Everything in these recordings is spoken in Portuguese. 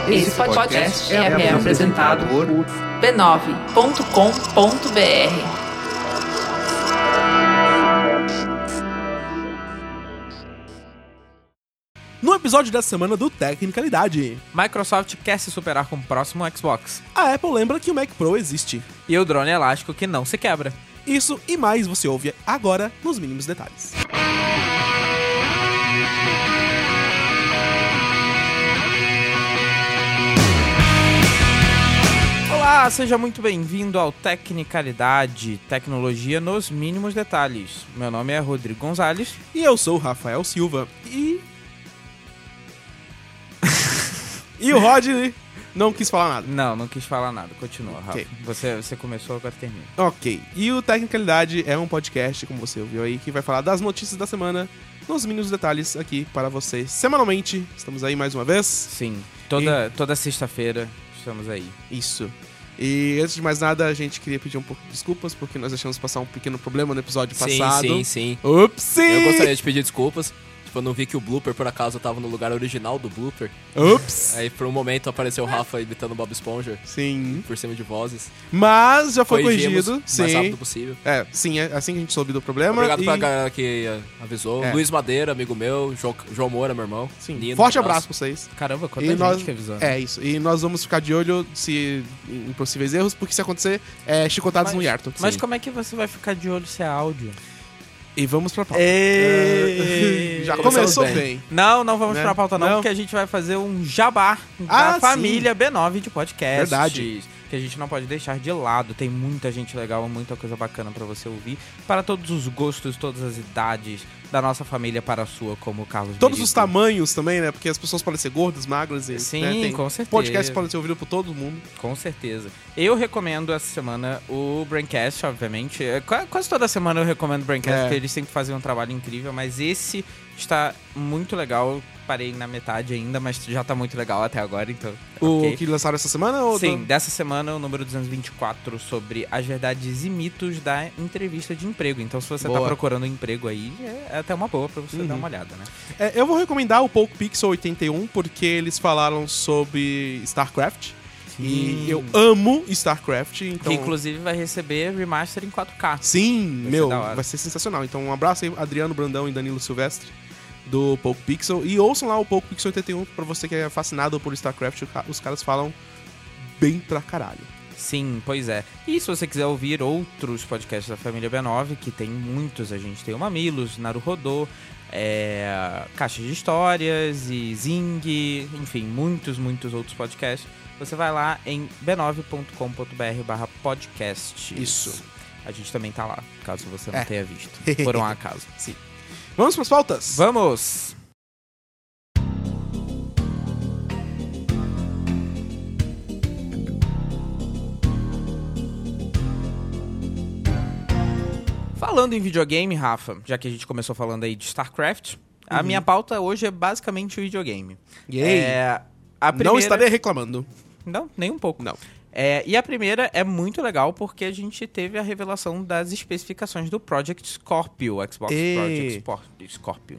Esse podcast é apresentado por b9.com.br. No episódio dessa semana do Tecnicalidade, Microsoft quer se superar com o próximo Xbox. a Apple lembra que o Mac Pro existe. E o drone elástico que não se quebra. Isso e mais você ouve agora nos mínimos detalhes. Olá, seja muito bem-vindo ao Tecnicalidade, tecnologia nos mínimos detalhes. Meu nome é Rodrigo Gonzalez. E eu sou o Rafael Silva e... E o Rod não quis falar nada. Não quis falar nada, continua, Ok. Rafa. Você começou, agora termina. Ok, e o Tecnicalidade é um podcast, como você ouviu aí, que vai falar das notícias da semana nos mínimos detalhes aqui para vocês semanalmente. Estamos aí mais uma vez. Sim, toda sexta-feira estamos aí. Isso. E antes de mais nada, a gente queria pedir um pouco de desculpas, porque nós deixamos passar um pequeno problema no episódio passado. Sim. Upsi! Eu gostaria de pedir desculpas. Tipo, eu não vi que o blooper, por acaso, tava no lugar original do blooper. Ups! Aí, por um momento, apareceu o Rafa imitando Bob Esponja, Sim. por cima de vozes. Mas já foi Corrigimos corrigido. o mais rápido possível. Sim, é assim que a gente soube do problema. Obrigado pra galera que avisou. É. Luiz Madeira, amigo meu. João Moura, meu irmão. Sim. Lindo, Forte abraço pra vocês. Caramba, quanta E gente nós... que avisou. É isso. E nós vamos ficar de olho em possíveis erros, porque se acontecer, chicotadas no hiato. Mas Sim. como é que você vai ficar de olho se é áudio? E vamos pra pauta. Já Começamos começou bem. bem. Não vamos Né? pra pauta não, Não. porque a gente vai fazer um jabá Ah, da família B9 de podcasts. Verdade. Que a gente não pode deixar de lado. Tem muita gente legal, muita coisa bacana pra você ouvir. Para todos os gostos, todas as idades da nossa família para a sua, como o Carlos Todos Merigo. os tamanhos também, né? Porque as pessoas podem ser gordas, magras e... Sim, né, tem com certeza. podcasts podem ser ouvidos por todo mundo. Com certeza. Eu recomendo essa semana o Braincast, obviamente. Quase toda semana eu recomendo o Braincast, porque eles sempre fazem um trabalho incrível, mas esse está muito legal. Eu parei na metade ainda, mas já tá muito legal até agora, então... O ok. que lançaram essa semana? Ou Sim, dessa semana o número 224 sobre as verdades e mitos da entrevista de emprego. Então se você Boa. tá procurando um emprego aí, é até uma boa pra você dar uma olhada, né? Eu vou recomendar o Poco Pixel 81, porque eles falaram sobre StarCraft. E eu amo StarCraft, então... Que inclusive vai receber remaster em 4K. Sim, Vai ser da hora. vai ser sensacional. Então um abraço aí, Adriano Brandão e Danilo Silvestre, do Poco Pixel. E ouçam lá o Poco Pixel 81, pra você que é fascinado por StarCraft, os caras falam bem pra caralho. Sim, pois é. E se você quiser ouvir outros podcasts da família B9, que tem muitos, a gente tem o Mamilos, Naruhodô, Caixa de Histórias e Zing, enfim, muitos outros podcasts. Você vai lá em b9.com.br/podcast. Isso. A gente também tá lá, caso você não tenha visto, por um acaso. Sim. Vamos pras pautas? Vamos! Falando em videogame, Rafa, já que a gente começou falando aí de StarCraft, a minha pauta hoje é basicamente o videogame. Yay. A primeira... Não estarei reclamando. Não, nem um pouco. Não. E a primeira é muito legal porque a gente teve a revelação das especificações do Project Scorpio, Xbox Project Scorpio.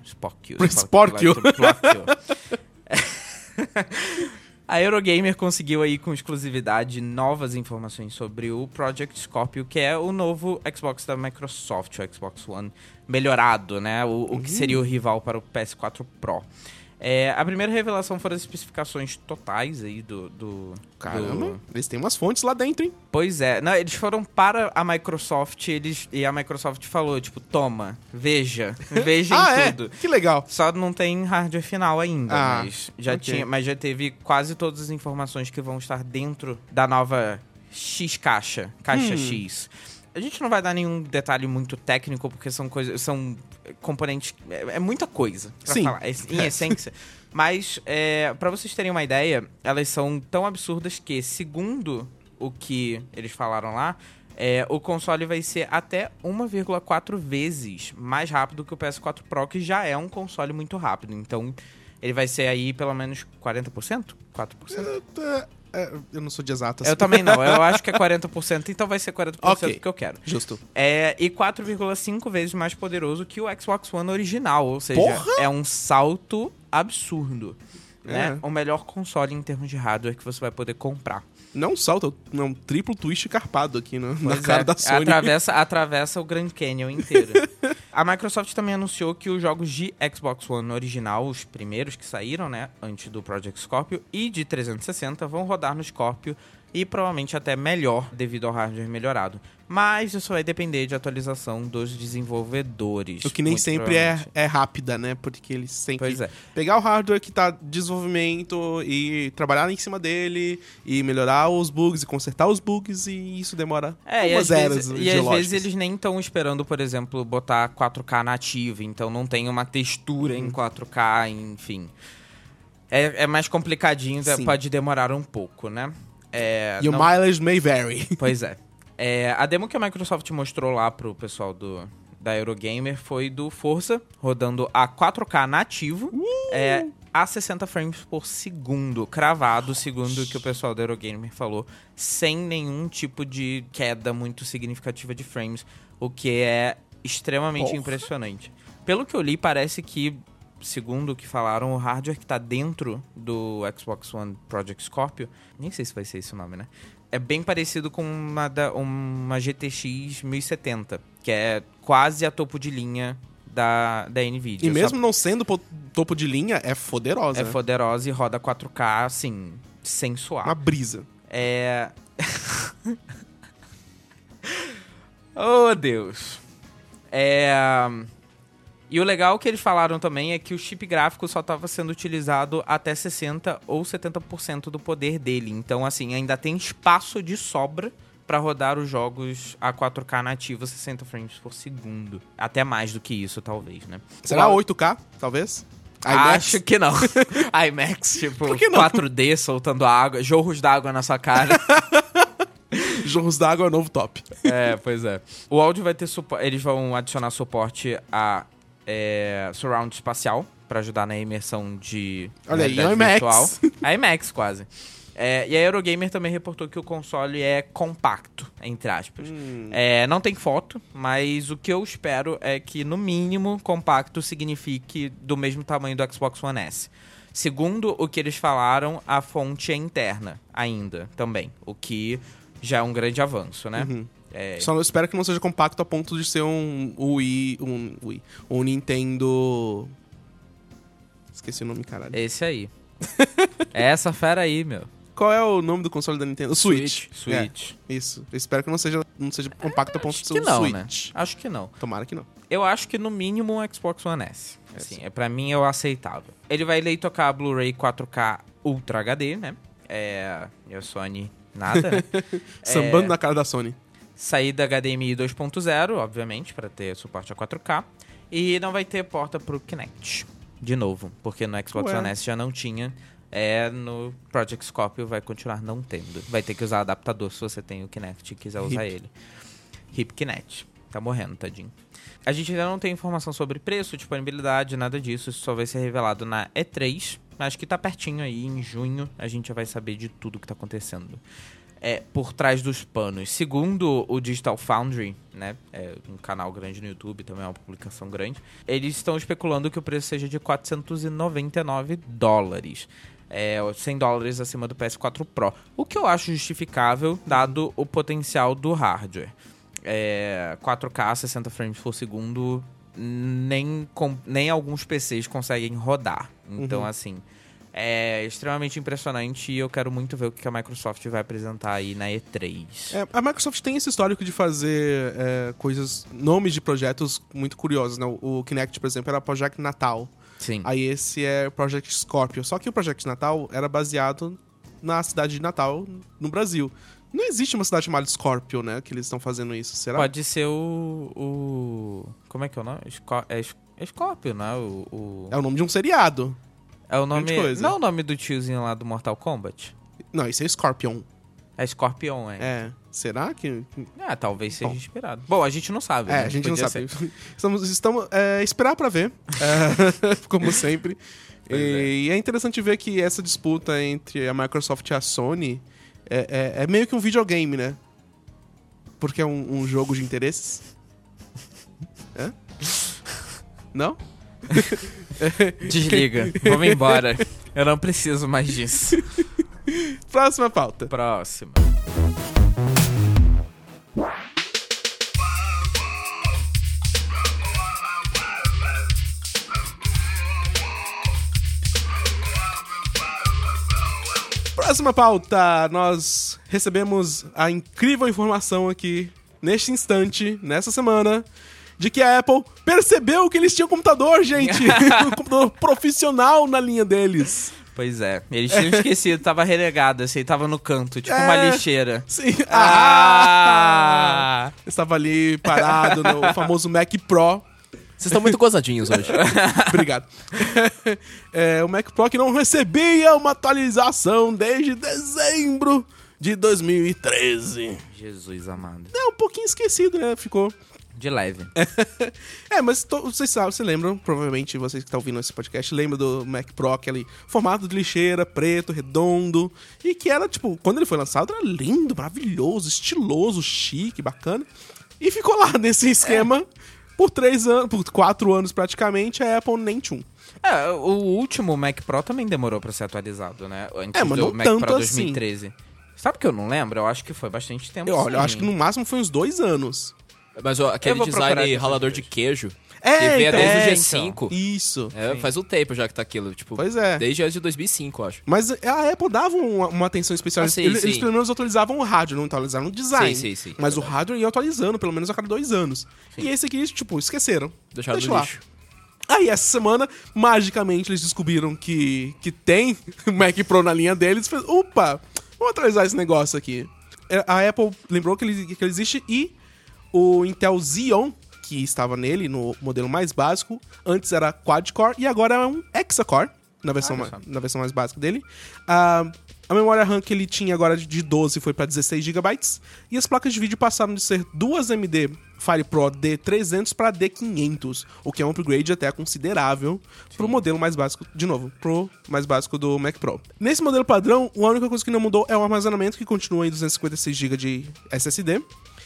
A Eurogamer conseguiu aí com exclusividade novas informações sobre o Project Scorpio, que é o novo Xbox da Microsoft, o Xbox One melhorado, né? O que seria o rival para o PS4 Pro. A primeira revelação foram as especificações totais aí do... Caramba, eles têm umas fontes lá dentro, hein? Pois é. Não, eles foram para a Microsoft e a Microsoft falou, tipo, toma, veja em tudo. Que legal. Só não tem hardware final ainda, mas já ok. mas já teve quase todas as informações que vão estar dentro da nova caixa X. A gente não vai dar nenhum detalhe muito técnico, porque são componentes... É muita coisa pra Sim. falar, em essência. Mas, pra vocês terem uma ideia, elas são tão absurdas que, segundo o que eles falaram lá, o console vai ser até 1,4 vezes mais rápido que o PS4 Pro, que já é um console muito rápido. Então, ele vai ser aí pelo menos 40%? 4%? Eu não sou de exatas. Eu também não. Eu acho que é 40%, então vai ser 40% que eu quero. Justo. E 4,5 vezes mais poderoso que o Xbox One original. Ou seja, Porra! é um salto absurdo. né, o melhor console em termos de hardware que você vai poder comprar. Não salta, um triplo twist carpado aqui na Pois cara é, da Sony. atravessa o Grand Canyon inteiro. A Microsoft também anunciou que os jogos de Xbox One original, os primeiros que saíram, né, antes do Project Scorpio, e de 360 vão rodar no Scorpio e provavelmente até melhor devido ao hardware melhorado. Mas isso vai depender de atualização dos desenvolvedores. O que nem muito sempre provavelmente. é rápida, né? Porque eles têm Pois que é. pegar o hardware que tá em desenvolvimento e trabalhar em cima dele e melhorar os bugs e consertar os bugs, e isso demora umas eras e às geológicas. vezes eles nem estão esperando, por exemplo, botar 4K nativo, então não tem uma textura em 4K, enfim. É mais complicadinho, Sim. pode demorar um pouco, né? E o mileage may vary. Pois é. A demo que a Microsoft mostrou lá pro pessoal da Eurogamer foi do Forza, rodando a 4K nativo, a 60 frames por segundo, cravado, segundo o que o pessoal da Eurogamer falou, sem nenhum tipo de queda muito significativa de frames, o que é extremamente impressionante. Pelo que eu li, parece que, segundo o que falaram, o hardware que tá dentro do Xbox One Project Scorpio, nem sei se vai ser esse o nome, né? É bem parecido com uma GTX 1070, que é quase a topo de linha da Nvidia. E mesmo não sendo topo de linha, é foderosa. É foderosa e roda 4K, assim, sem suar. Uma brisa. Oh, Deus. E o legal que eles falaram também é que o chip gráfico só estava sendo utilizado até 60% ou 70% do poder dele. Então, assim, ainda tem espaço de sobra para rodar os jogos a 4K nativo, 60 frames por segundo. Até mais do que isso, talvez, né? Será 8K, talvez? Acho que não. IMAX, tipo, 4D soltando água, jorros d'água na sua cara. Jorros d'água é o novo top. Pois é. O áudio vai ter eles vão adicionar suporte a surround espacial para ajudar na imersão de Olha aí, realidade IMAX. virtual. A IMAX, quase. E a Eurogamer também reportou que o console é compacto, entre aspas. Não tem foto, mas o que eu espero é que, no mínimo, compacto signifique do mesmo tamanho do Xbox One S. Segundo o que eles falaram, a fonte é interna ainda, também. O que já é um grande avanço, né? Só espero que não seja compacto a ponto de ser um Nintendo... Esqueci o nome, caralho. Esse aí. É essa fera aí, meu. Qual é o nome do console da Nintendo? Switch. Isso. Eu espero que não seja compacto a ponto de ser Que não, Switch. né? Acho que não. Tomara que não. Eu acho que no mínimo um Xbox One S. Assim, pra mim é o aceitável. Ele vai ler e tocar Blu-ray 4K Ultra HD, né? E a Sony, nada, né? Sambando na cara da Sony. Saída HDMI 2.0, obviamente, pra ter suporte a 4K. E não vai ter porta pro Kinect. De novo, porque no Xbox One S já não tinha. No Project Scorpio vai continuar não tendo. Vai ter que usar adaptador se você tem o Kinect e quiser usar ele. Hip Kinect. Tá morrendo, tadinho. A gente ainda não tem informação sobre preço, disponibilidade, nada disso. Isso só vai ser revelado na E3. Acho que tá pertinho aí, em junho, a gente já vai saber de tudo que tá acontecendo. Por trás dos panos. Segundo o Digital Foundry, né, um canal grande no YouTube, também é uma publicação grande, eles estão especulando que o preço seja de $499. $100 acima do PS4 Pro. O que eu acho justificável, dado o potencial do hardware. 4K, 60 frames por segundo, nem alguns PCs conseguem rodar. Então, assim... É extremamente impressionante e eu quero muito ver o que a Microsoft vai apresentar aí na E3. A Microsoft tem esse histórico de fazer nomes de projetos muito curiosos, né? O Kinect, por exemplo, era Project Natal. Sim. Aí esse é Project Scorpio. Só que o Project Natal era baseado na cidade de Natal, no Brasil. Não existe uma cidade chamada Scorpio, né? Que eles estão fazendo isso, será? Pode ser o... Como é que é o nome? É Scorpio, né? É o nome de um seriado. É o nome... coisa. Não é o nome do tiozinho lá do Mortal Kombat? Não, isso é Scorpion. É Scorpion, Será que... talvez seja inspirado. Bom, a gente não sabe, né? A gente não Podia sabe. ser. Estamos esperar pra ver, como sempre. E é interessante ver que essa disputa entre a Microsoft e a Sony é meio que um videogame, né? Porque é um jogo de interesses. Não? Desliga. Vamos embora. Eu não preciso mais disso. Próxima pauta. Próxima. Próxima pauta. Nós recebemos a incrível informação aqui, neste instante, nessa semana, de que a Apple percebeu que eles tinham computador, gente. Um computador profissional na linha deles. Pois é. Eles tinham esquecido, tava relegado, assim, tava no canto, tipo uma lixeira. Sim. Ah! Estava ali parado no famoso Mac Pro. Vocês estão muito gozadinhos hoje. Obrigado. O Mac Pro que não recebia uma atualização desde dezembro de 2013. Jesus amado. É um pouquinho esquecido, né? Ficou. De leve. Mas vocês lembram, provavelmente vocês que estão ouvindo esse podcast, lembram do Mac Pro, aquele formato de lixeira, preto, redondo, e que era, tipo, quando ele foi lançado, era lindo, maravilhoso, estiloso, chique, bacana. E ficou lá nesse esquema por 4 anos praticamente, a Apple nem tchum. O último Mac Pro também demorou pra ser atualizado, né? Antes mas do não Mac tanto Pro 2013. Sabe que eu não lembro? Eu acho que foi bastante tempo. Eu acho que no máximo foi uns 2 anos. Mas aquele vou procurar design depois. ralador de queijo, É, que veio então. desde o É, G5. Isso. Faz um tempo já que tá aquilo. Tipo, Pois é. Desde antes de 2005, eu acho. Mas a Apple dava uma atenção especial. Ah, sim, eles sim. pelo menos atualizavam o hardware, não atualizavam o design. Sim, Mas o hardware ia atualizando, pelo menos a cada 2 anos. E esse aqui, tipo, esqueceram. Deixaram Deixa no lá. lixo. Aí, essa semana, magicamente, eles descobriram que tem Mac Pro na linha deles. Opa, vamos atualizar esse negócio aqui. A Apple lembrou que ele existe e o Intel Xeon, que estava nele, no modelo mais básico, antes era quad-core e agora é um hexa-core, na versão mais básica dele. A memória RAM que ele tinha agora de 12 foi para 16 GB e as placas de vídeo passaram de ser duas AMD FirePro D300 para D500, o que é um upgrade até considerável pro modelo mais básico, de novo, pro mais básico do Mac Pro. Nesse modelo padrão, a única coisa que não mudou é o armazenamento, que continua em 256 GB de SSD.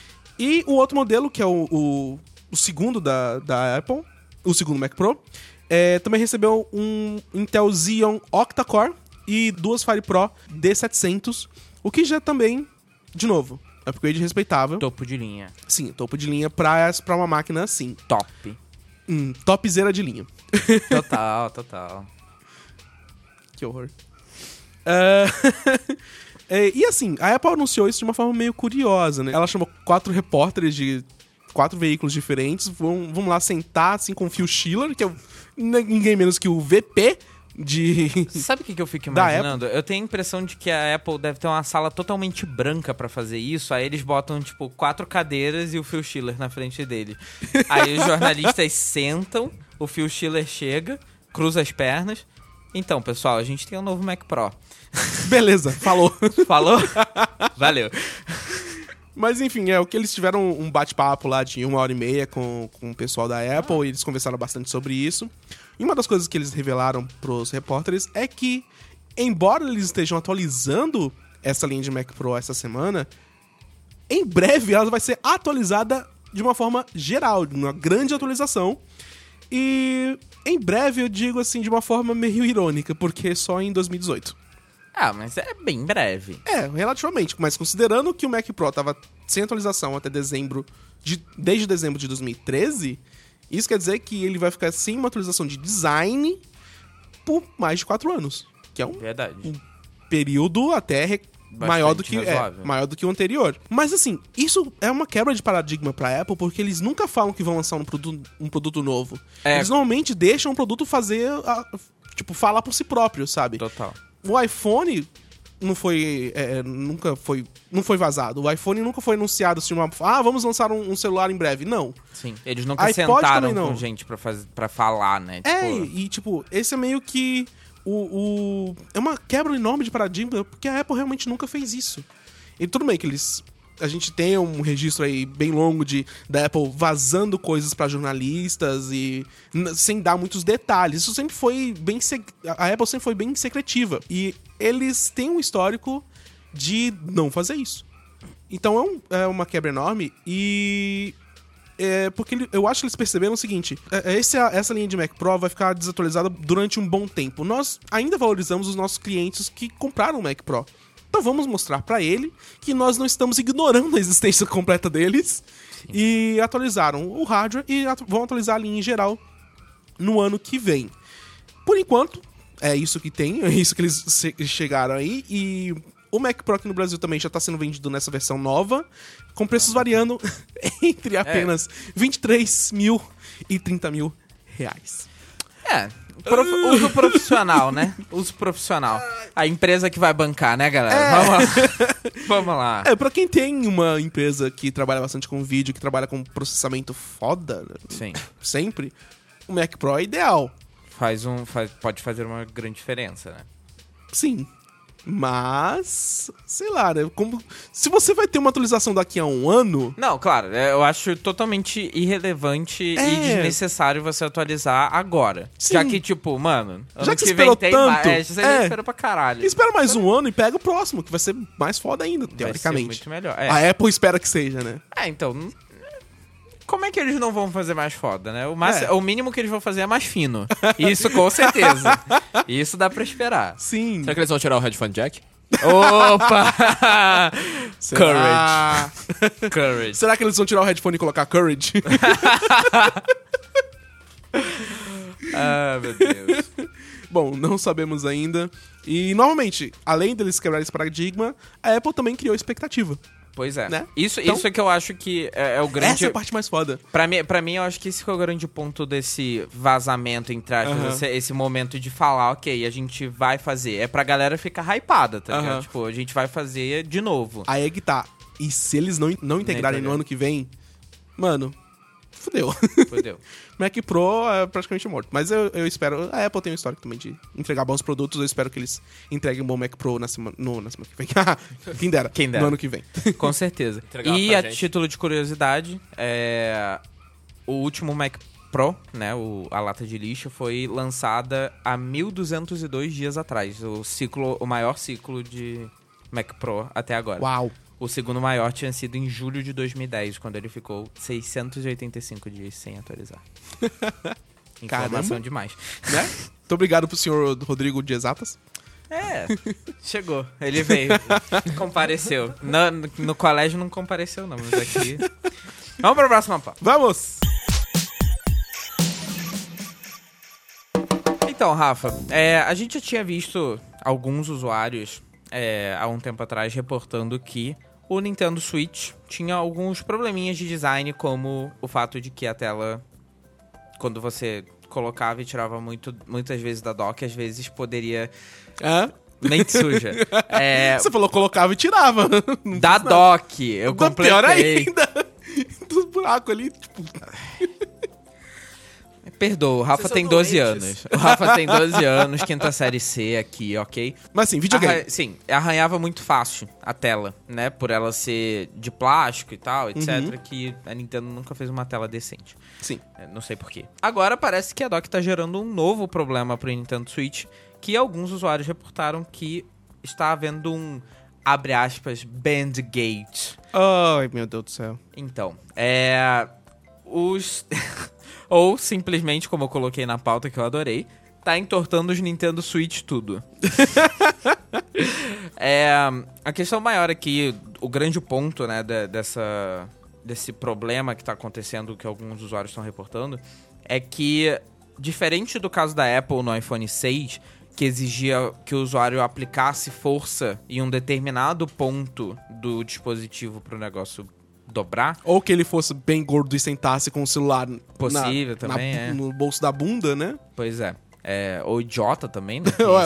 E o outro modelo, que é o segundo da Apple, o segundo Mac Pro, também recebeu um Intel Xeon Octa-core e duas FirePro D700, o que já também, de novo, upgrade respeitável. Topo de linha. Sim, topo de linha pra uma máquina assim. Top. Topzera de linha. Total. Que horror. E assim, a Apple anunciou isso de uma forma meio curiosa, né? Ela chamou 4 repórteres de 4 veículos diferentes. Vamos lá sentar assim com o Phil Schiller, que é ninguém menos que o VP de... Sabe o que eu fico Da imaginando? Eu tenho a impressão de que a Apple deve ter uma sala totalmente branca pra fazer isso. Aí eles botam, tipo, 4 cadeiras e o Phil Schiller na frente dele. Aí os jornalistas sentam, o Phil Schiller chega, cruza as pernas. Então, pessoal, a gente tem um novo Mac Pro. Beleza, falou. Falou? Valeu. Mas enfim, o que eles tiveram um bate-papo lá de 1h30 com o pessoal da Apple, e eles conversaram bastante sobre isso. E uma das coisas que eles revelaram pros repórteres é que, embora eles estejam atualizando essa linha de Mac Pro essa semana, em breve ela vai ser atualizada de uma forma geral, de uma grande atualização. E em breve eu digo assim de uma forma meio irônica, porque só em 2018. Ah, mas é bem breve. Relativamente, mas considerando que o Mac Pro tava sem atualização até desde dezembro de 2013, isso quer dizer que ele vai ficar sem uma atualização de design por mais de 4 anos, que é um Verdade. período até maior do que o anterior. Mas assim, isso é uma quebra de paradigma pra Apple, porque eles nunca falam que vão lançar um produto novo. Eles normalmente deixam o produto falar por si próprio, sabe? Total. O iPhone não foi vazado. O iPhone nunca foi anunciado assim, vamos lançar um celular em breve. Não. Sim, eles nunca iPod sentaram não. com gente pra falar, né? Esse é meio que é uma quebra enorme de paradigma, porque a Apple realmente nunca fez isso. E tudo bem que a gente tem um registro aí bem longo da Apple vazando coisas pra jornalistas e sem dar muitos detalhes. Isso sempre foi a Apple sempre foi bem secretiva. E eles têm um histórico de não fazer isso. Então é uma quebra enorme e porque eu acho que eles perceberam o seguinte, essa linha de Mac Pro vai ficar desatualizada durante um bom tempo. Nós ainda valorizamos os nossos clientes que compraram o Mac Pro. Então vamos mostrar pra ele que nós não estamos ignorando a existência completa deles. Sim. E atualizaram o hardware e vão atualizar a linha em geral no ano que vem. Por enquanto, é isso que tem, é isso que eles chegaram aí. E o Mac Pro aqui no Brasil também já está sendo vendido nessa versão nova, com preços variando entre apenas 23 mil e 30 mil reais. Uso profissional, né? Uso profissional. A empresa que vai bancar, né, galera? Vamos lá. Pra quem tem uma empresa que trabalha bastante com vídeo, que trabalha com processamento foda, sim, sempre, o Mac Pro é ideal. Pode fazer uma grande diferença, né? Sim. Mas, sei lá, né? Se você vai ter uma atualização daqui a um ano... Não, claro, eu acho totalmente irrelevante e desnecessário você atualizar agora. Sim. Já que, tipo, mano... Já que você esperou tanto... Você espera pra caralho. Espera mais um ano e pega o próximo, que vai ser mais foda ainda, teoricamente. Vai ser muito melhor. A Apple espera que seja, né? Então... Como é que eles não vão fazer mais foda, né? O mínimo que eles vão fazer é mais fino. Isso com certeza. Isso dá pra esperar. Sim. Será que eles vão tirar o headphone jack? Opa! Courage. Será que eles vão tirar o headphone e colocar Courage? Ah, meu Deus. Bom, não sabemos ainda. E, novamente, além deles quebrar esse paradigma, a Apple também criou expectativa. Pois é. Né? Isso é que eu acho que é o grande... Essa é a parte mais foda. Pra mim, eu acho que esse foi o grande ponto desse vazamento, entre aspas, esse momento de falar, ok, a gente vai fazer. É pra galera ficar hypada, tá ligado? Tipo, a gente vai fazer de novo. Aí é que tá. E se eles não integrarem no ano que vem, mano, fudeu. Mac Pro é praticamente morto. Mas eu espero... A Apple tem um histórico também de entregar bons produtos. Eu espero que eles entreguem um bom Mac Pro na semana que vem. Quem dera. No ano que vem. Com certeza. E a título de curiosidade, o último Mac Pro, né, a lata de lixo, foi lançada há 1.202 dias atrás. O maior ciclo de Mac Pro até agora. Uau! O segundo maior tinha sido em julho de 2010, quando ele ficou 685 dias sem atualizar. Informação demais. Né? Muito obrigado pro senhor Rodrigo de Exatas. Chegou. Ele veio. Compareceu. No colégio não compareceu, não, mas aqui... Vamos pra próxima pauta. Vamos! Então, Rafa, a gente já tinha visto alguns usuários há um tempo atrás reportando que o Nintendo Switch tinha alguns probleminhas de design, como o fato de que a tela, quando você colocava e tirava muitas vezes da dock, às vezes poderia... Mente suja. Você falou colocava e tirava. Da dock, eu completei. Pior ainda. Dos buracos ali, tipo... Perdoa, o Rafa tem 12 anos. O Rafa tem 12 anos, quinta série C aqui, ok? Mas assim, videogame. Sim, arranhava muito fácil a tela, né? Por ela ser de plástico e tal, etc. Que a Nintendo nunca fez uma tela decente. Sim. Não sei porquê. Agora parece que a dock tá gerando um novo problema pro Nintendo Switch, que alguns usuários reportaram que está havendo um, abre aspas, bandgate. Ai, meu Deus do céu. Então, os... Ou, simplesmente, como eu coloquei na pauta, que eu adorei, tá entortando os Nintendo Switch tudo. A questão maior aqui, o grande ponto, né, desse problema que tá acontecendo, que alguns usuários estão reportando, é que, diferente do caso da Apple no iPhone 6, que exigia que o usuário aplicasse força em um determinado ponto do dispositivo pro negócio dobrar. Ou que ele fosse bem gordo e sentasse com o celular possível também, no bolso da bunda, né? Pois é. Ou idiota também, né?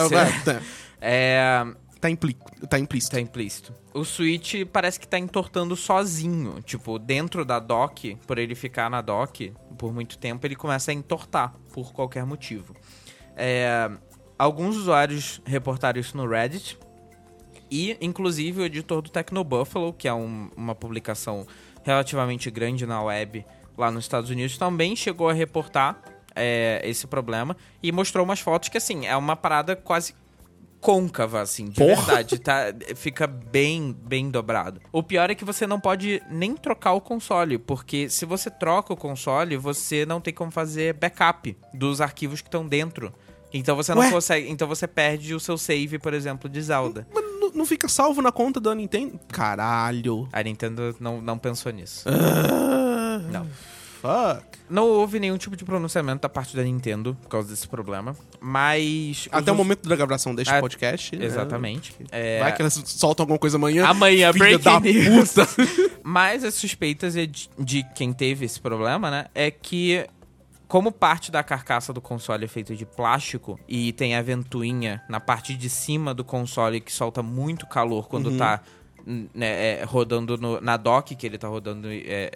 Tá implícito. Tá implícito. O Switch parece que tá entortando sozinho. Tipo, dentro da dock, por ele ficar na dock por muito tempo, ele começa a entortar por qualquer motivo. Alguns usuários reportaram isso no Reddit. E, inclusive, o editor do Technobuffalo, que é uma publicação relativamente grande na web lá nos Estados Unidos, também chegou a reportar esse problema e mostrou umas fotos que, assim, é uma parada quase côncava, assim, de verdade, tá? Fica bem, bem dobrado. O pior é que você não pode nem trocar o console, porque se você troca o console, você não tem como fazer backup dos arquivos que estão dentro. Então você não consegue. Então você perde o seu save, por exemplo, de Zelda. Mas não fica salvo na conta da Nintendo? Caralho. A Nintendo não pensou nisso. Não. Fuck. Não houve nenhum tipo de pronunciamento da parte da Nintendo por causa desse problema, mas... Até o momento da gravação deste podcast. Né? Exatamente. Vai que elas soltam alguma coisa amanhã. Amanhã, filha da news. puta. Mas as suspeitas de quem teve esse problema, né, é que como parte da carcaça do console é feita de plástico e tem a ventoinha na parte de cima do console que solta muito calor quando tá rodando na dock, que ele tá rodando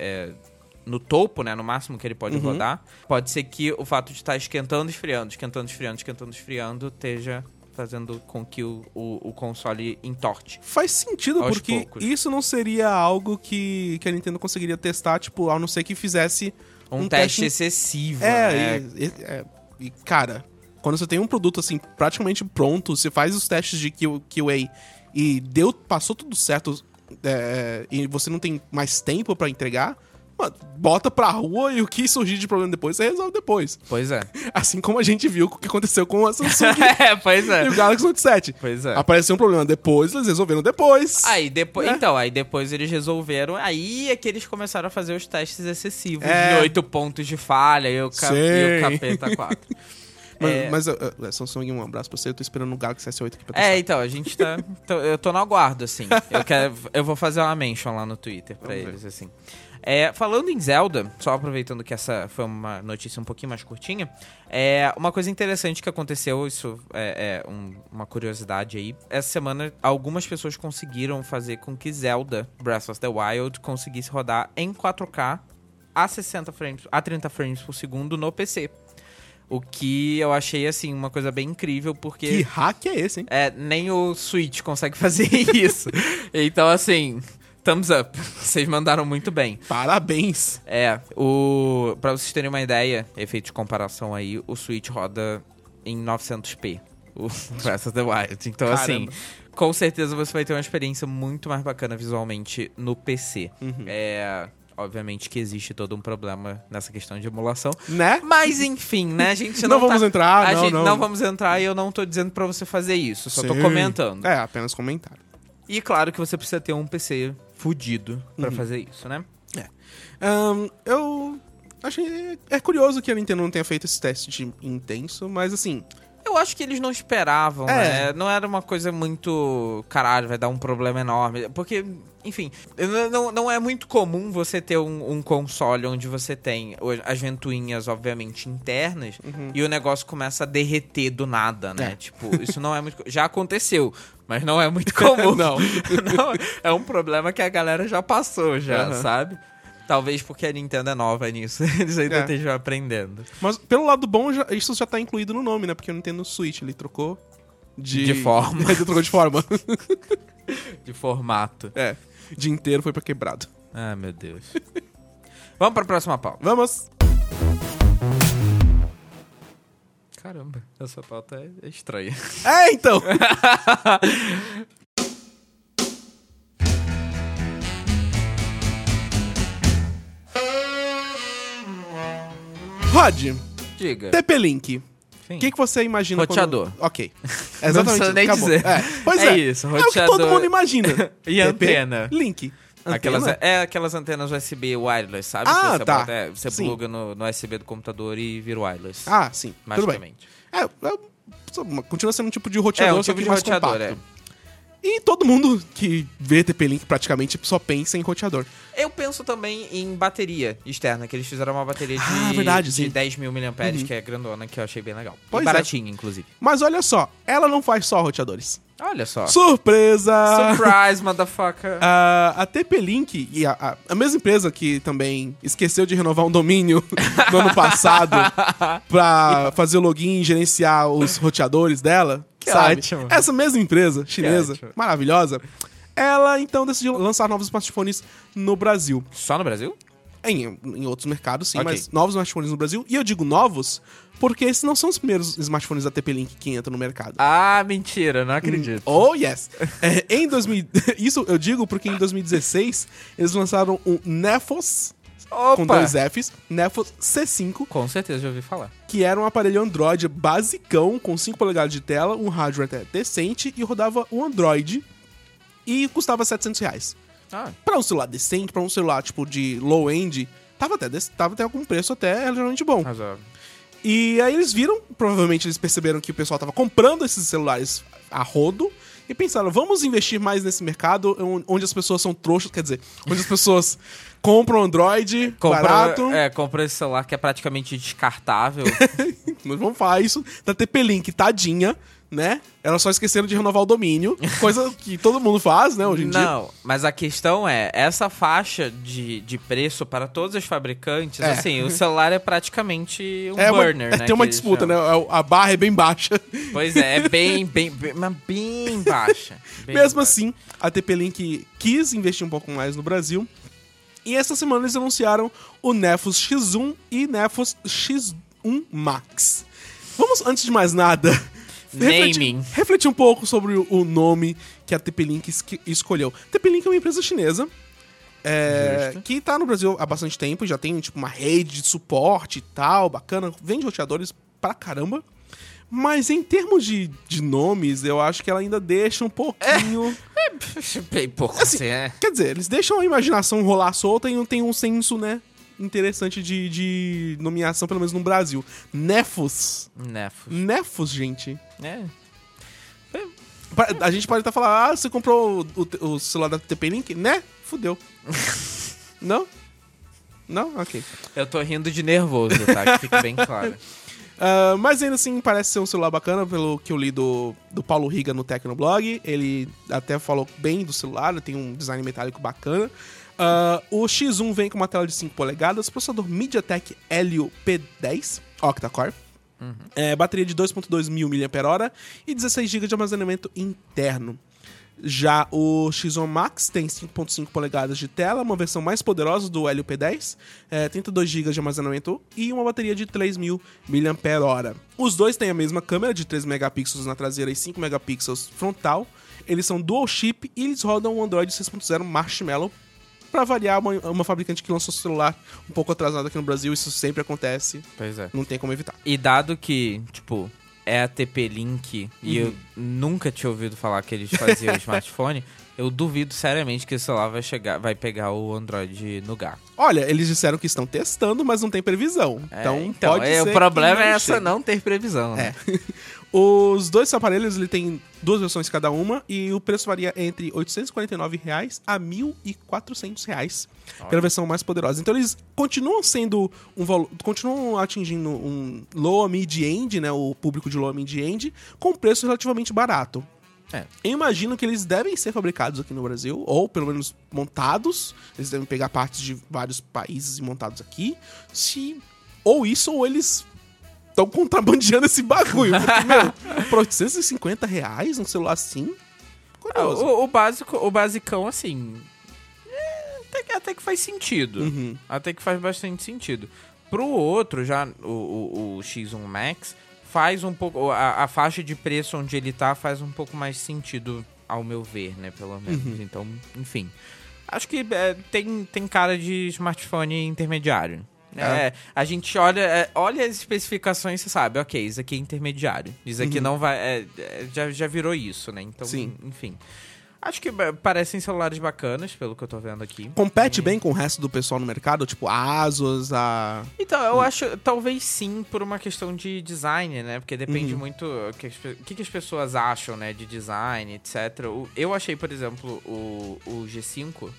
no topo, né, no máximo que ele pode rodar, pode ser que o fato de estar esquentando, esfriando, esteja fazendo com que o console entorte. Faz sentido, aos porque poucos. isso não seria algo que a Nintendo conseguiria testar, tipo, a não ser que fizesse Um teste excessivo, né? E, cara, quando você tem um produto, assim, praticamente pronto, você faz os testes de QA e passou tudo certo, e você não tem mais tempo pra entregar, mano, bota pra rua e o que surgir de problema depois, você resolve depois. Pois é. Assim como a gente viu o que aconteceu com a Samsung Pois é. e o Galaxy Note 7. Pois é. Apareceu um problema depois, eles resolveram depois. Aí depois, né? Então, aí depois eles resolveram, aí é que eles começaram a fazer os testes excessivos É. de 8 pontos de falha e o capeta 4. Mas Samsung, um abraço pra você, eu tô esperando o Galaxy S8 aqui pra testar. Então, a gente tá... eu tô no aguardo, assim. Eu vou fazer uma mention lá no Twitter pra eles, assim. Falando em Zelda, só aproveitando que essa foi uma notícia um pouquinho mais curtinha, uma coisa interessante que aconteceu, isso uma curiosidade aí. Essa semana, algumas pessoas conseguiram fazer com que Zelda Breath of the Wild conseguisse rodar em 4K a 30 frames por segundo no PC. O que eu achei, assim, uma coisa bem incrível, porque... Que hack é esse, hein? Nem o Switch consegue fazer isso. Então, assim... Thumbs up. Vocês mandaram muito bem. Parabéns. Pra vocês terem uma ideia, efeito de comparação aí, o Switch roda em 900p. O Breath of the Wild. Então, Caramba. assim, com certeza você vai ter uma experiência muito mais bacana visualmente no PC. Obviamente que existe todo um problema nessa questão de emulação. Né? Mas, enfim, né? A gente Não vamos entrar, não vamos entrar e eu não tô dizendo pra você fazer isso. Só tô Sim. comentando. Apenas comentário. E claro que você precisa ter um PC fudido pra fazer isso, né? Eu achei... É curioso que a Nintendo não tenha feito esse teste intenso, mas assim... Eu acho que eles não esperavam, né? Não era uma coisa muito... Caralho, vai dar um problema enorme. Porque, enfim, não é muito comum você ter um console onde você tem as ventoinhas, obviamente, internas e o negócio começa a derreter do nada, né? Tipo, isso não é muito... Já aconteceu, mas não é muito comum. Não. É um problema que a galera já passou, sabe? Talvez porque a Nintendo é nova nisso. Eles ainda estejam aprendendo. Mas pelo lado bom, isso já tá incluído no nome, né? Porque o Nintendo Switch, ele trocou de forma. Ele trocou de forma. De formato. De inteiro foi pra quebrado. Ah, meu Deus. Vamos pra próxima pauta. Vamos! Caramba, essa pauta é estranha. Então! Rod, Diga. TP-Link. O que você imagina Roteador. Ok. Exatamente. precisa nem acabou. dizer. Pois É é. isso, É o que roteador. todo mundo imagina. E TP, antena. Link. Aquelas antenas USB wireless, sabe? Ah, Que você tá. bota, você Sim. pluga no USB do computador e vira wireless. Ah, sim. Tudo bem. magicamente. Continua sendo um tipo de roteador, Um só tipo que de mais roteador, compacto. E todo mundo que vê TP-Link praticamente só pensa em roteador. Eu penso também em bateria externa, que eles fizeram uma bateria de, verdade, de sim. 10.000 mAh, que é grandona, que eu achei bem legal. Pois E baratinha, inclusive. Mas olha só, ela não faz só roteadores. Olha só. Surpresa! Surprise, motherfucker. A TP-Link, e a mesma empresa que também esqueceu de renovar um domínio no ano passado pra fazer o login e gerenciar os roteadores dela, Que sabe? ótimo. Essa mesma empresa chinesa, ótimo. maravilhosa, ela então decidiu lançar novos smartphones no Brasil. Só no Brasil? Em outros mercados, sim, Ok. mas novos smartphones no Brasil. E eu digo novos porque esses não são os primeiros smartphones da TP-Link que entram no mercado. Ah, mentira, não acredito. Oh, yes! Isso eu digo porque em 2016 eles lançaram um Nefos, com Opa! 2 Fs, Nefos C5, Com certeza já ouvi falar. que era um aparelho Android basicão, com 5 polegadas de tela, um hardware até decente, e rodava o Android, e custava R$700. Ah, Pra um celular decente, pra um celular tipo de low-end, tava até com um preço até relativamente bom. razoável. E aí eles viram, provavelmente eles perceberam que o pessoal tava comprando esses celulares a rodo, e pensaram, vamos investir mais nesse mercado onde as pessoas são trouxas, quer dizer, onde as pessoas compram Android barato. Compra esse celular que é praticamente descartável. Nós vamos falar isso da TP-Link, tadinha, né? Elas só esqueceram de renovar o domínio, coisa que todo mundo faz, né, hoje em dia. Não, mas a questão é, essa faixa de preço para todos os fabricantes, É. assim, o celular é praticamente um burner, né? Tem uma que eles disputa, né? chamam. A barra é bem baixa. Pois é bem baixa. Bem Mesmo baixa. assim, a TP-Link quis investir um pouco mais no Brasil. E essa semana eles anunciaram o Nefos X1 e Nefos X1 Max. Vamos, antes de mais nada, Naming. refletir um pouco sobre o nome que a TP-Link escolheu. TP-Link é uma empresa chinesa que tá no Brasil há bastante tempo, já tem tipo uma rede de suporte e tal, bacana, vende roteadores pra caramba. Mas em termos de nomes, eu acho que ela ainda deixa um pouquinho... Bem pouco assim, é. Quer dizer, eles deixam a imaginação rolar solta e não tem um senso, né, interessante de nomeação, pelo menos no Brasil. Nefos. Nefos, gente. É. A gente pode estar falando, você comprou o celular da TP-Link? Né? Fudeu. Não? Não? Ok. Eu tô rindo de nervoso, tá? Que fique bem claro. Mas ainda assim parece ser um celular bacana, pelo que eu li do Paulo Riga no Tecnoblog. Ele até falou bem do celular, tem um design metálico bacana. O X1 vem com uma tela de 5 polegadas, processador MediaTek Helio P10 octa-core, bateria de 2.2 mil mAh e 16 GB de armazenamento interno. Já o X1 Max tem 5.5 polegadas de tela, uma versão mais poderosa do Helio P10, 32 GB de armazenamento e uma bateria de 3.000 mAh. Os dois têm a mesma câmera de 3 megapixels na traseira e 5 megapixels frontal. Eles são dual chip e eles rodam o Android 6.0 Marshmallow. Pra variar, uma fabricante que lançou o celular um pouco atrasado aqui no Brasil, isso sempre acontece, Pois é. não tem como evitar. E dado que, tipo, é a TP-Link e eu nunca tinha ouvido falar que eles faziam smartphone, eu duvido seriamente que esse celular vai pegar o Android no lugar. Olha, eles disseram que estão testando, mas não tem previsão. Então pode ser o problema que não é essa chegue. não ter previsão, né? Os dois aparelhos, ele tem 2 versões cada uma e o preço varia entre R$ 849 a R$ 1.400 pela versão mais poderosa. Então eles continuam sendo continuam atingindo um low a mid-end, né, o público de low a mid-end, com preço relativamente barato. Eu imagino que eles devem ser fabricados aqui no Brasil, ou pelo menos montados. Eles devem pegar partes de vários países e montados aqui. Ou isso, ou eles estão contrabandeando esse bagulho. Porque, meu, por R$850 um celular assim? Curioso. O basicão, assim, até que faz sentido. Até que faz bastante sentido. Pro outro, já o X1 Max, faz um pouco... A faixa de preço onde ele tá faz um pouco mais sentido, ao meu ver, né? Pelo menos. Então, enfim. Acho que tem cara de smartphone intermediário. A gente olha as especificações e você sabe, ok, isso aqui é intermediário. Isso aqui não vai... já virou isso, né? Então, Sim. enfim. Acho que parecem celulares bacanas, pelo que eu tô vendo aqui. Compete bem com o resto do pessoal no mercado? Tipo, a Asus, Então, eu acho, talvez sim, por uma questão de design, né? Porque depende muito o que as pessoas acham, né? De design, etc. Eu achei, por exemplo, o G5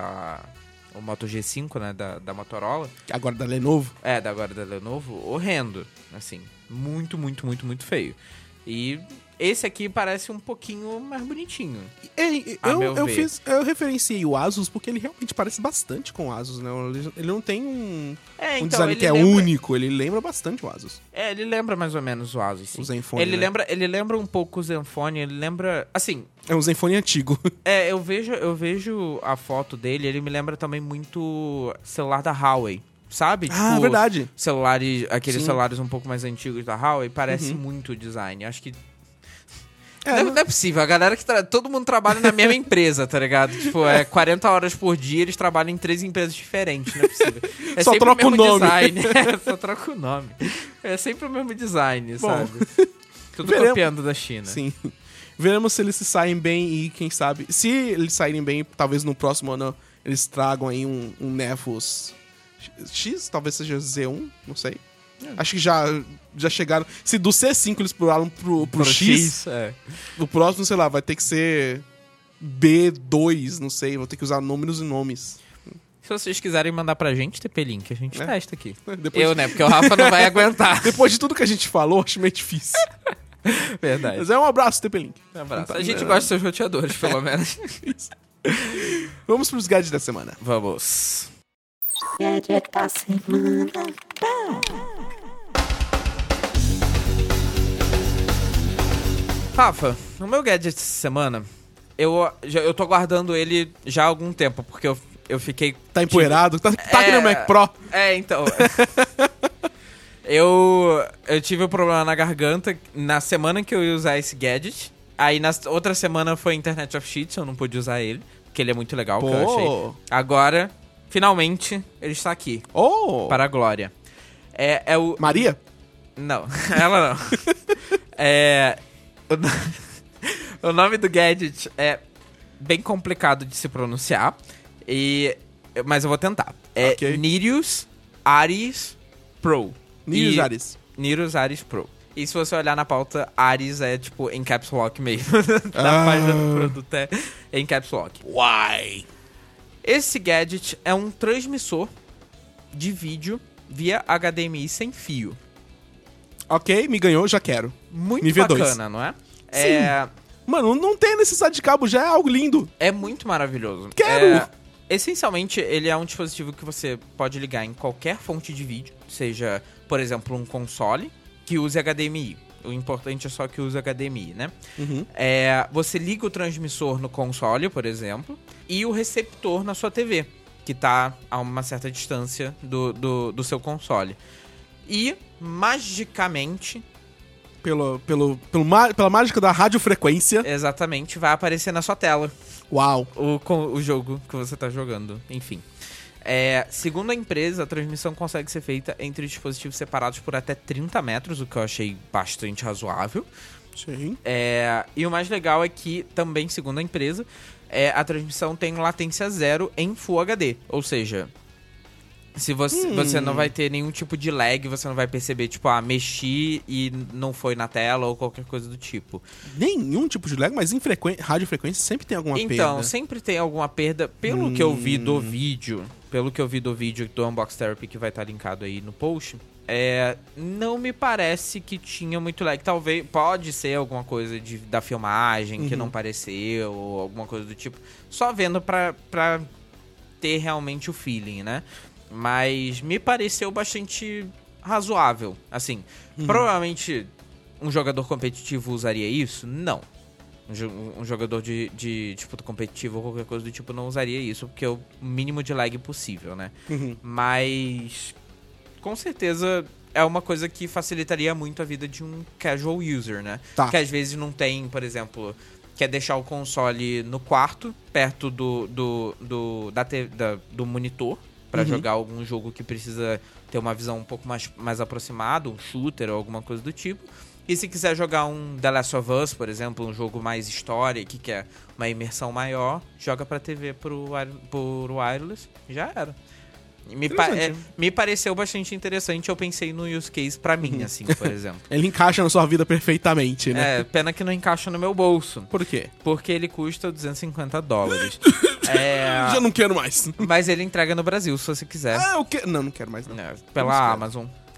o Moto G5, né, da Motorola. Agora da Lenovo. Agora da Lenovo, horrendo. Assim, muito, muito, muito, muito feio. E esse aqui parece um pouquinho mais bonitinho. Eu referenciei o Asus porque ele realmente parece bastante com o Asus, né? Ele não tem um design que é único, ele lembra bastante o Asus. Ele lembra mais ou menos o Asus, sim. O Zenfone, ele lembra um pouco o Zenfone, ele lembra... Assim... É um Zenfone antigo. Eu vejo a foto dele, ele me lembra também muito celular da Huawei. Sabe? Tipo, verdade. Aqueles celulares um pouco mais antigos da Huawei, parece muito o design. Acho que... Não é possível, a galera que todo mundo trabalha na mesma empresa, tá ligado? Tipo, 40 horas por dia, eles trabalham em 3 empresas diferentes, não é possível. Só troca o nome. Design. Só troca o nome. É sempre o mesmo design, sabe? Tudo copiando da China. Sim. Veremos se eles se saem bem e quem sabe... Se eles saírem bem, talvez no próximo ano eles tragam aí um Nefus X, talvez seja Z1, não sei. Acho que já chegaram... Se do C5 eles pularam pro X, o próximo, sei lá, vai ter que ser B2, não sei. Vou ter que usar números e nomes. Se vocês quiserem mandar pra gente, TP-Link, a gente testa aqui. Depois né? Porque o Rafa não vai aguentar. Depois de tudo que a gente falou, acho meio difícil. Verdade. Mas um abraço, TP-Link. Um abraço. A gente gosta dos seus roteadores, pelo menos. Vamos pros gadgets da semana. Vamos. Gadget da semana. Rafa, o meu gadget essa semana, eu tô guardando ele já há algum tempo, porque eu fiquei... Tá empoeirado? Tá aqui no Mac Pro? Então... eu tive um problema na garganta na semana que eu ia usar esse gadget. Aí na outra semana foi Internet of Sheets, eu não pude usar ele, porque ele é muito legal, que eu achei. Agora, finalmente, ele está aqui. Para a glória. É o... Maria? Não, ela não. O nome do gadget é bem complicado de se pronunciar, mas eu vou tentar. É Nirus Aris Pro. Nirus Aris Pro. E se você olhar na pauta, Aris é tipo em caps lock mesmo. Na página do produto é em caps lock. Why? Esse gadget é um transmissor de vídeo via HDMI sem fio. Ok, me ganhou, já quero. Muito nível bacana, 2. não é? Sim. Mano, não tem necessidade de cabo, já é algo lindo. É muito maravilhoso. Quero! Essencialmente, ele é um dispositivo que você pode ligar em qualquer fonte de vídeo, seja, por exemplo, um console que use HDMI. O importante é só que use HDMI, né? Uhum. Você liga o transmissor no console, por exemplo, e o receptor na sua TV, que tá a uma certa distância do seu console. E, magicamente... Pela mágica da radiofrequência. Exatamente, vai aparecer na sua tela. Uau. O jogo que você tá jogando, enfim. Segundo a empresa, a transmissão consegue ser feita entre dispositivos separados por até 30 metros, o que eu achei bastante razoável. Sim. E o mais legal é que, também segundo a empresa, a transmissão tem latência zero em Full HD. Ou seja, se você não vai ter nenhum tipo de lag, você não vai perceber, tipo, mexi e não foi na tela ou qualquer coisa do tipo. Nenhum tipo de lag, mas em radiofrequência sempre tem alguma perda. Então, sempre tem alguma perda. Pelo que eu vi do vídeo do Unbox Therapy, que vai estar linkado aí no post, não me parece que tinha muito lag. Talvez, pode ser alguma coisa da filmagem que não pareceu, ou alguma coisa do tipo. Só vendo pra ter realmente o feeling, né? Mas me pareceu bastante razoável. Assim, provavelmente um jogador competitivo usaria isso? Não. Um jogador de disputa competitiva ou qualquer coisa do tipo não usaria isso, porque é o mínimo de lag possível, né? Mas, com certeza, é uma coisa que facilitaria muito a vida de um casual user, né? Tá. Que às vezes não tem, por exemplo... Quer deixar o console no quarto, perto do monitor, pra jogar algum jogo que precisa ter uma visão um pouco mais aproximada, um shooter ou alguma coisa do tipo. E se quiser jogar um The Last of Us, por exemplo, um jogo mais história, que quer uma imersão maior, joga pra TV por wireless, já era. Me pareceu bastante interessante, eu pensei no use case pra mim, assim, por exemplo. Ele encaixa na sua vida perfeitamente, né? Pena que não encaixa no meu bolso. Por quê? Porque ele custa $250. Já não quero mais. Mas ele entrega no Brasil, se você quiser. Não quero mais, não. Pela Amazon.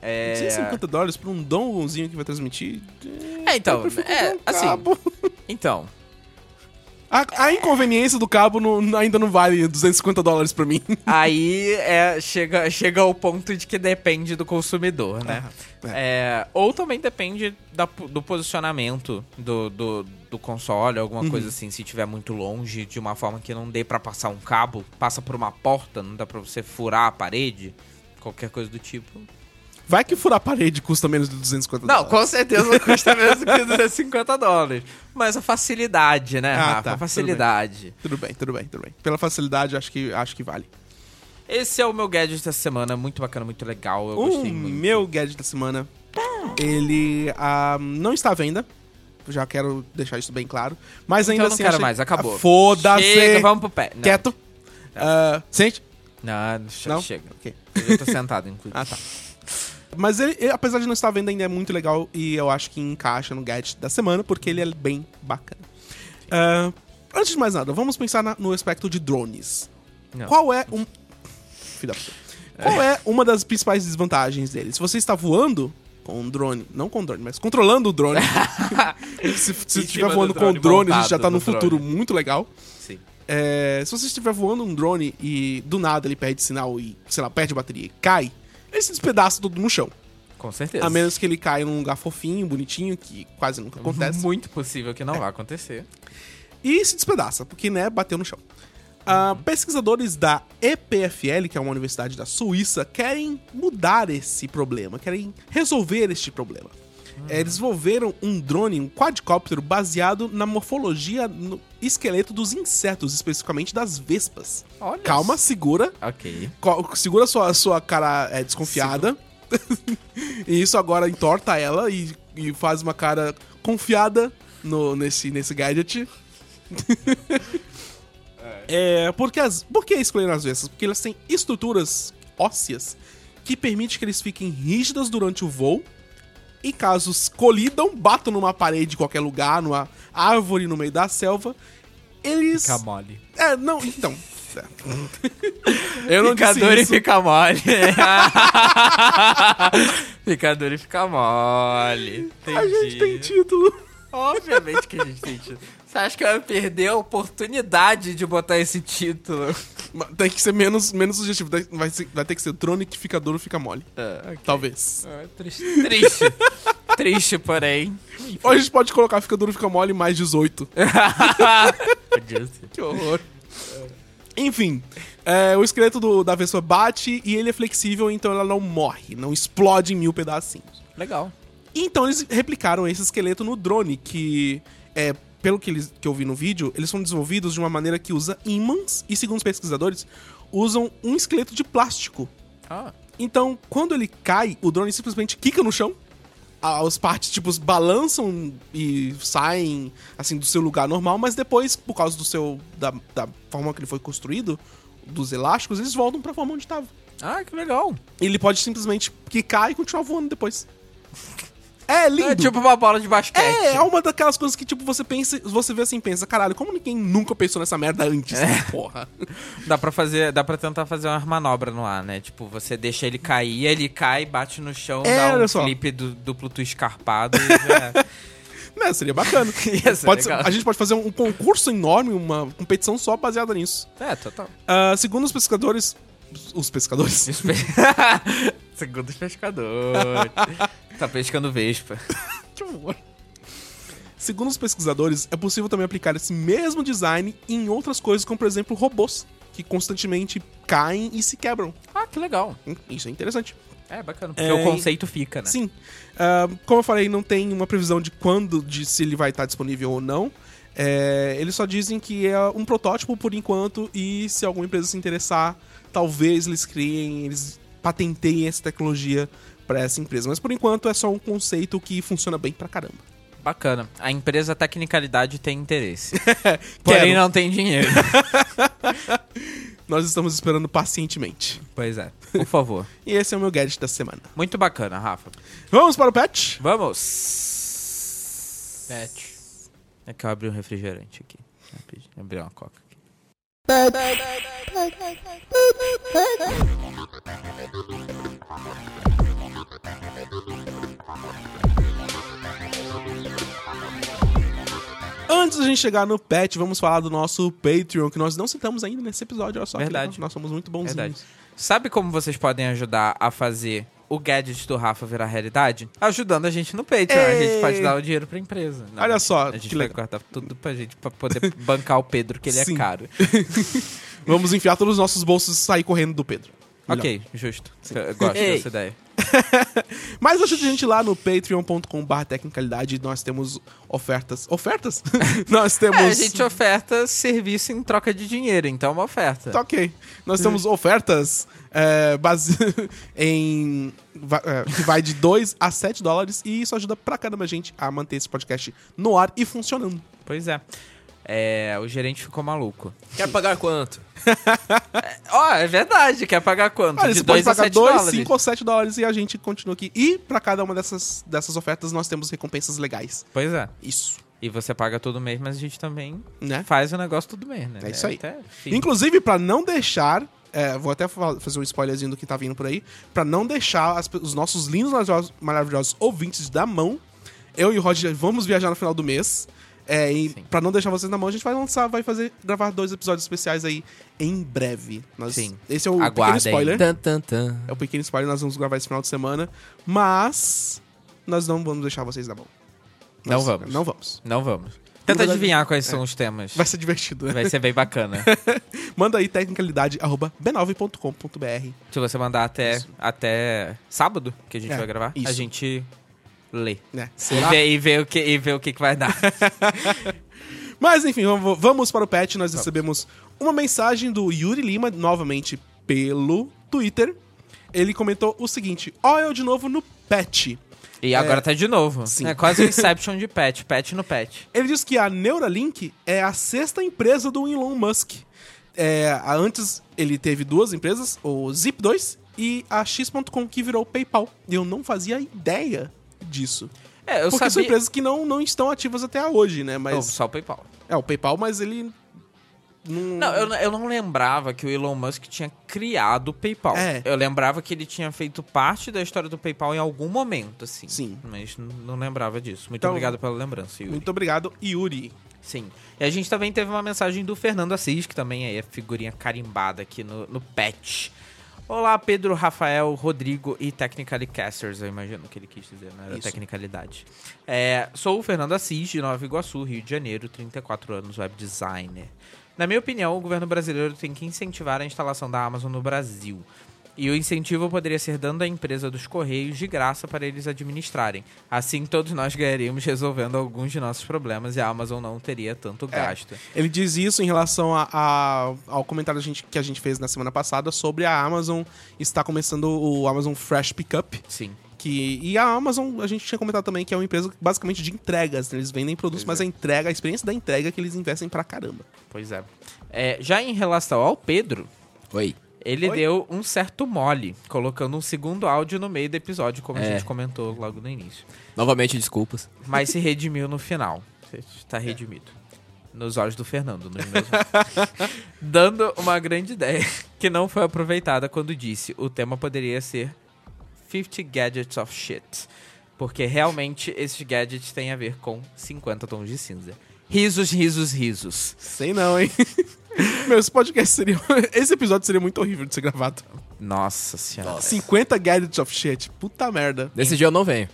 $250 pra um dongonzinho que vai transmitir? Então, eu prefiro comprar um assim, cabo. então, A inconveniência do cabo ainda não vale $250 pra mim. aí chega ao ponto de que depende do consumidor, né? Ou também depende do posicionamento do console, alguma coisa assim, se estiver muito longe, de uma forma que não dê pra passar um cabo, passa por uma porta, não dá pra você furar a parede, qualquer coisa do tipo. Vai que furar a parede custa menos de $250. Não, com certeza custa menos do que $250. Mas a facilidade, né, Rafa? tá, A facilidade. Tudo bem. Pela facilidade, acho que vale. Esse é o meu gadget dessa semana, muito bacana, muito legal, eu gostei muito. Meu gadget da semana, ele não está à venda. Já quero deixar isso bem claro. Mas ainda Então eu não assim... quero mais, acabou. Foda-se! Chega, vamos pro pé. Não. Quieto. Sente. Não, chega. Ok. Eu tô sentado, inclusive. Tá. Mas ele, apesar de não estar à venda, ainda é muito legal e eu acho que encaixa no gadget da semana, porque ele é bem bacana. Antes de mais nada, vamos pensar no aspecto de drones. Não. Qual é Qual é uma das principais desvantagens dele? Se você está voando com um drone, não com um drone, mas controlando o drone, se estiver voando com o drone, a gente já tá num futuro muito legal. Sim. Se você estiver voando um drone e do nada ele perde sinal e, sei lá, perde bateria e cai, ele se despedaça tudo no chão. Com certeza. A menos que ele caia num lugar fofinho, bonitinho, que quase nunca acontece. Muito possível que não vá acontecer. E se despedaça, porque, né, bateu no chão. Pesquisadores da EPFL, que é uma universidade da Suíça, querem mudar esse problema, querem resolver este problema. Eles desenvolveram um drone, um quadricóptero, baseado na morfologia no esqueleto dos insetos, especificamente das vespas. Olha. Calma, segura. Ok. Segura sua cara desconfiada. E isso agora entorta ela e faz uma cara confiada nesse gadget. Por que escolheram as vespas? Porque elas têm estruturas ósseas que permitem que eles fiquem rígidas durante o voo. E caso colidam, batam numa parede em qualquer lugar, numa árvore no meio da selva, eles... Fica mole. Não, então... Eu não Fica disse duro e isso. fica mole. Fica duro e fica mole. Entendi. A gente tem título. Obviamente que a gente tem título. Você acha que eu ia perder a oportunidade de botar esse título? Tem que ser menos sugestivo. Vai ter que ser Tronificador fica mole. Okay. Talvez. Triste. Triste, porém. Ou a gente pode colocar fica duro, fica mole mais 18. Podia ser. Que horror. Enfim, o esqueleto da Vespa bate e ele é flexível, então ela não morre, não explode em 1000 pedacinhos. Legal. Então eles replicaram esse esqueleto no drone, que pelo que eu vi no vídeo, eles são desenvolvidos de uma maneira que usa ímãs e, segundo os pesquisadores, usam um esqueleto de plástico. Então, quando ele cai, o drone simplesmente quica no chão, as partes, tipo, balançam e saem, assim, do seu lugar normal, mas depois, por causa da forma que ele foi construído, dos elásticos, eles voltam pra forma onde estava. Que legal. Ele pode simplesmente quicar e continuar voando depois. É lindo. É tipo uma bola de basquete. É uma daquelas coisas que, tipo, você vê assim e pensa, caralho, como ninguém nunca pensou nessa merda antes? Porra. Dá pra tentar fazer uma manobra no ar, né? Tipo, você deixa ele cair, ele cai, bate no chão, dá olha um só. flip duplo escarpado e já... Né, seria bacana. Ia ser legal. A gente pode fazer um concurso enorme, uma competição só baseada nisso. Total. Segundo os pescadores... Os pescadores? Segundo os pescadores. Tá pescando vespa. Que horror. Segundo os pesquisadores, é possível também aplicar esse mesmo design em outras coisas, como, por exemplo, robôs, que constantemente caem e se quebram. Que legal. Isso é interessante. É, bacana. Porque o conceito fica, né? Sim. Como eu falei, não tem uma previsão de se ele vai estar disponível ou não. Eles só dizem que é um protótipo por enquanto e se alguma empresa se interessar, talvez eles patenteiem essa tecnologia para essa empresa. Mas por enquanto é só um conceito que funciona bem pra caramba. Bacana. A empresa Tecnicalidade tem interesse. Porém não tem dinheiro. Nós estamos esperando pacientemente. Pois é. Por favor. E esse é o meu gadget da semana. Muito bacana, Rafa. Vamos para o patch? Vamos. Patch. É que eu abri um refrigerante aqui. Abri uma coca aqui. Antes da gente chegar no pet, vamos falar do nosso Patreon, que nós não citamos ainda nesse episódio. Olha só, Verdade. que legal. Nós somos muito bonzinhos. Verdade. Sabe como vocês podem ajudar a fazer o gadget do Rafa virar realidade? Ajudando a gente no Patreon. A gente pode dar o dinheiro pra empresa. Não, Olha só, a gente que vai legal. cortar tudo pra gente, pra poder bancar o Pedro, que ele Sim. é caro. Vamos enfiar todos os nossos bolsos e sair correndo do Pedro. Melhor. Ok, justo. Eu gosto Ei. dessa ideia. Mas ajude a gente lá no patreon.com/tecnicalidade. Nós temos ofertas. Ofertas? Nós temos... A gente oferta serviço em troca de dinheiro, então é uma oferta. Tá ok. Nós temos ofertas que vai de $2 a $7 e isso ajuda pra caramba a gente a manter esse podcast no ar e funcionando. Pois é. O gerente ficou maluco. Quer pagar quanto? É verdade. Quer pagar quanto? Olha, de você pode 2 a pagar 7 $2, dólares. $5 ou $7 e a gente continua aqui. E pra cada uma dessas ofertas nós temos recompensas legais. Pois é. Isso. E você paga todo mês, mas a gente também Né? faz o negócio todo mês, né? É isso aí. Até fim. Inclusive, pra não deixar... vou até fazer um spoilerzinho do que tá vindo por aí. Pra não deixar os nossos lindos, maravilhosos ouvintes da mão, eu e o Rod vamos viajar no final do mês. E Sim. pra não deixar vocês na mão, a gente vai gravar 2 episódios especiais aí em breve. Sim. Esse é o Aguardem. pequeno spoiler. Tan, tan, tan. É o pequeno spoiler, nós vamos gravar esse final de semana. Mas nós não vamos deixar vocês na mão. Não vamos. Não vamos. Não vamos. Tenta verdade, adivinhar quais são os temas. Vai ser divertido, né? Vai ser bem bacana. Manda aí tecnicalidade@b9.com.br. Se você mandar até sábado, que a gente vai gravar, isso. a gente lê. Né? E vê o que vai dar. Mas enfim, vamos para o patch. Nós recebemos uma mensagem do Yuri Lima, novamente pelo Twitter. Ele comentou o seguinte: ó, eu de novo no patch. E agora tá de novo. Sim. É quase um Inception de patch. Patch no patch. Ele diz que a Neuralink é a 6ª empresa do Elon Musk. Antes ele teve 2 empresas, o Zip2 e a X.com, que virou o PayPal. E eu não fazia ideia disso. Eu Porque sabia... são empresas que não estão ativas até hoje, né? Oh, Mas só o PayPal. o PayPal, mas ele... Não, eu não lembrava que o Elon Musk tinha criado o PayPal. Eu lembrava que ele tinha feito parte da história do PayPal em algum momento, assim. Sim. Mas não lembrava disso. Muito Então, obrigado pela lembrança, Yuri. Muito obrigado, Yuri. Sim. E a gente também teve uma mensagem do Fernando Assis, que também é figurinha carimbada aqui no patch. Olá, Pedro, Rafael, Rodrigo e Technically Casters, eu imagino que ele quis dizer, né? Da Isso. Tecnicalidade. Sou o Fernando Assis, de Nova Iguaçu, Rio de Janeiro, 34 anos, web designer. Na minha opinião, o governo brasileiro tem que incentivar a instalação da Amazon no Brasil. E o incentivo poderia ser dando à empresa dos Correios de graça para eles administrarem. Assim, todos nós ganharíamos resolvendo alguns de nossos problemas e a Amazon não teria tanto gasto. Ele diz isso em relação ao comentário que a gente fez na semana passada sobre a Amazon estar começando o Amazon Fresh Pickup. Sim. E a Amazon, a gente tinha comentado também que é uma empresa basicamente de entregas. Né? Eles vendem produtos, mas a experiência da entrega é que eles investem pra caramba. Pois é. Já em relação ao Pedro, Oi. ele Oi? deu um certo mole, colocando um segundo áudio no meio do episódio, como a gente comentou logo no início. Novamente, desculpas. Mas se redimiu no final. Você está redimido. Nos olhos do Fernando, nos meus. Dando uma grande ideia que não foi aproveitada quando disse o tema poderia ser 50 Gadgets of Shit. Porque realmente esses gadgets têm a ver com 50 tons de cinza. Risos, risos, risos. Sei não, hein? Esse episódio seria muito horrível de ser gravado. Nossa senhora. 50 gadgets of shit. Puta merda. Nesse dia eu não venho.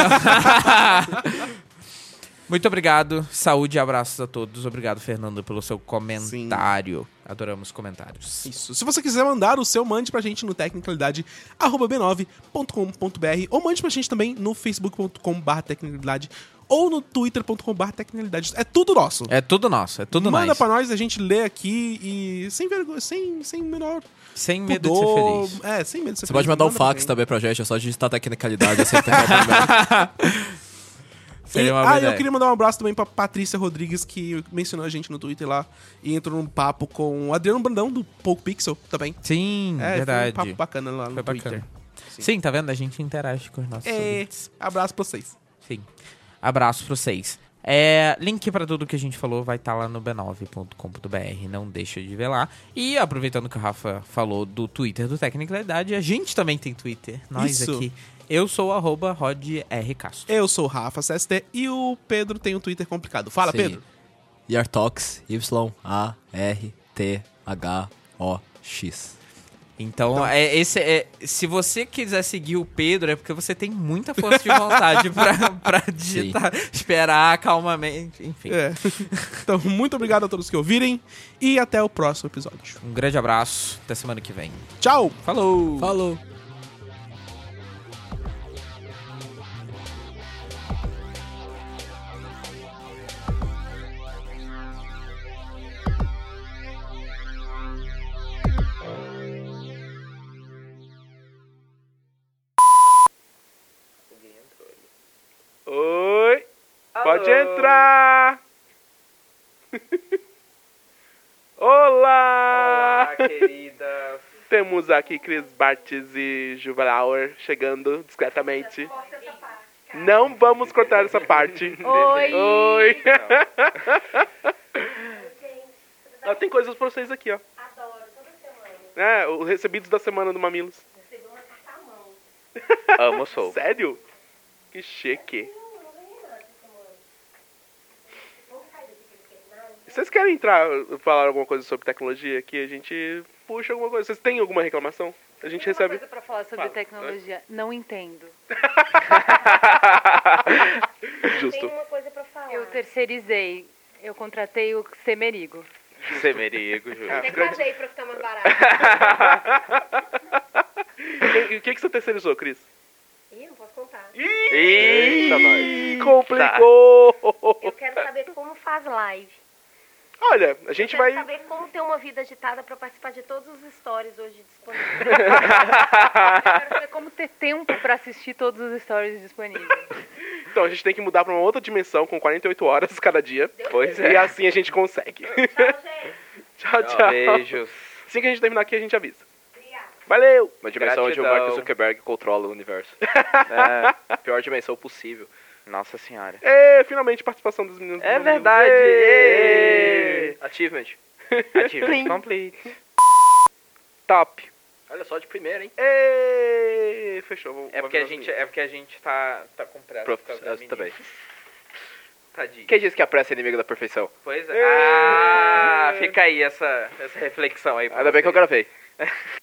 Muito obrigado, saúde e abraços a todos. Obrigado, Fernando, pelo seu comentário. Adoramos comentários. Isso. Se você quiser mandar o seu, mande pra gente no tecnicalidade@b9.com.br ou mande pra gente também no facebook.com/tecnicalidade ou no twitter.com/tecnicalidade. É tudo nosso. É tudo nosso, é tudo Manda nice. pra nós, a gente lê aqui e sem vergonha, sem menor Sem medo pudor. de ser feliz. Sem medo de ser Você feliz. pode mandar um Manda pra fax gente. também pra gente, é só digitar tecnicalidade, assim, tem problema. Seria uma boa eu ideia. queria mandar um abraço também pra Patrícia Rodrigues, que mencionou a gente no Twitter lá e entrou num papo com o Adriano Brandão, do Poco Pixel, também. Sim, Foi verdade. um papo bacana lá no Foi Twitter. bacana. Sim, tá vendo? A gente interage com os nossos ouvintes. Abraço pra vocês. Sim. Abraço pra vocês. Link pra tudo que a gente falou vai estar lá no b9.com.br. Não deixa de ver lá. E aproveitando que o Rafa falou do Twitter do Tecnicalidade, a gente também tem Twitter. Nós Isso. aqui. Eu sou o @RodRCastro. Eu sou o Rafa CST e o Pedro tem um Twitter complicado. Fala, Sim. Pedro. Yartox, YARTHOX. Então, se você quiser seguir o Pedro, é porque você tem muita força de vontade pra digitar, esperar calmamente, enfim. Então, muito obrigado a todos que ouvirem e até o próximo episódio. Um grande abraço, até semana que vem. Tchau! Falou! Falou! Oi! Pode entrar! Olá! Querida. Temos aqui Cris Bartes e Juvalauer chegando discretamente. Não vamos cortar essa parte. Oi! Oi! Tem coisas pra vocês aqui, ó. Adoro, toda semana. Os recebidos da semana do Mamilos. Recebi uma carta à mão. Amo, sou. Sério? Que chique. Não ganhei nada essa semana. Vamos sair daqui pra veterinário? Vocês querem falar alguma coisa sobre tecnologia aqui? A gente puxa alguma coisa. Vocês têm alguma reclamação? A gente Tem recebe. uma coisa pra falar sobre Fala. tecnologia. Não entendo. Justo. Tem uma coisa pra falar. Eu terceirizei. Eu contratei o Semerigo. Semerigo, Ju. Até casei pra ficar mais barato. E o que você terceirizou, Cris? Ih, não posso contar. Eita, nós. Complicou! Eu quero saber como faz live. Olha, a gente Eu quero vai. saber como ter uma vida agitada pra participar de todos os stories hoje disponíveis. Eu quero saber como ter tempo pra assistir todos os stories disponíveis. Então, a gente tem que mudar pra uma outra dimensão com 48 horas cada dia. Pois E é. assim a gente consegue. Tchau, gente. Tchau, tchau. Beijos. Assim que a gente terminar aqui, a gente avisa. Obrigada. Valeu! Uma dimensão onde o Gratidão. Mark Zuckerberg controla o universo. É, Pior dimensão possível. nossa senhora. Finalmente participação dos meninos. É do Mamilos. verdade. Ê! Achievement. Achievement complete. Top. Olha só, de primeira, hein? Fechou. Vamos É porque a avisar gente tá com pressa. por causa da menina. Também. Tadinho. Quem disse que a pressa é inimiga da perfeição? Pois é. Ah, fica aí essa reflexão aí. pra Ainda bem que eu vocês. gravei.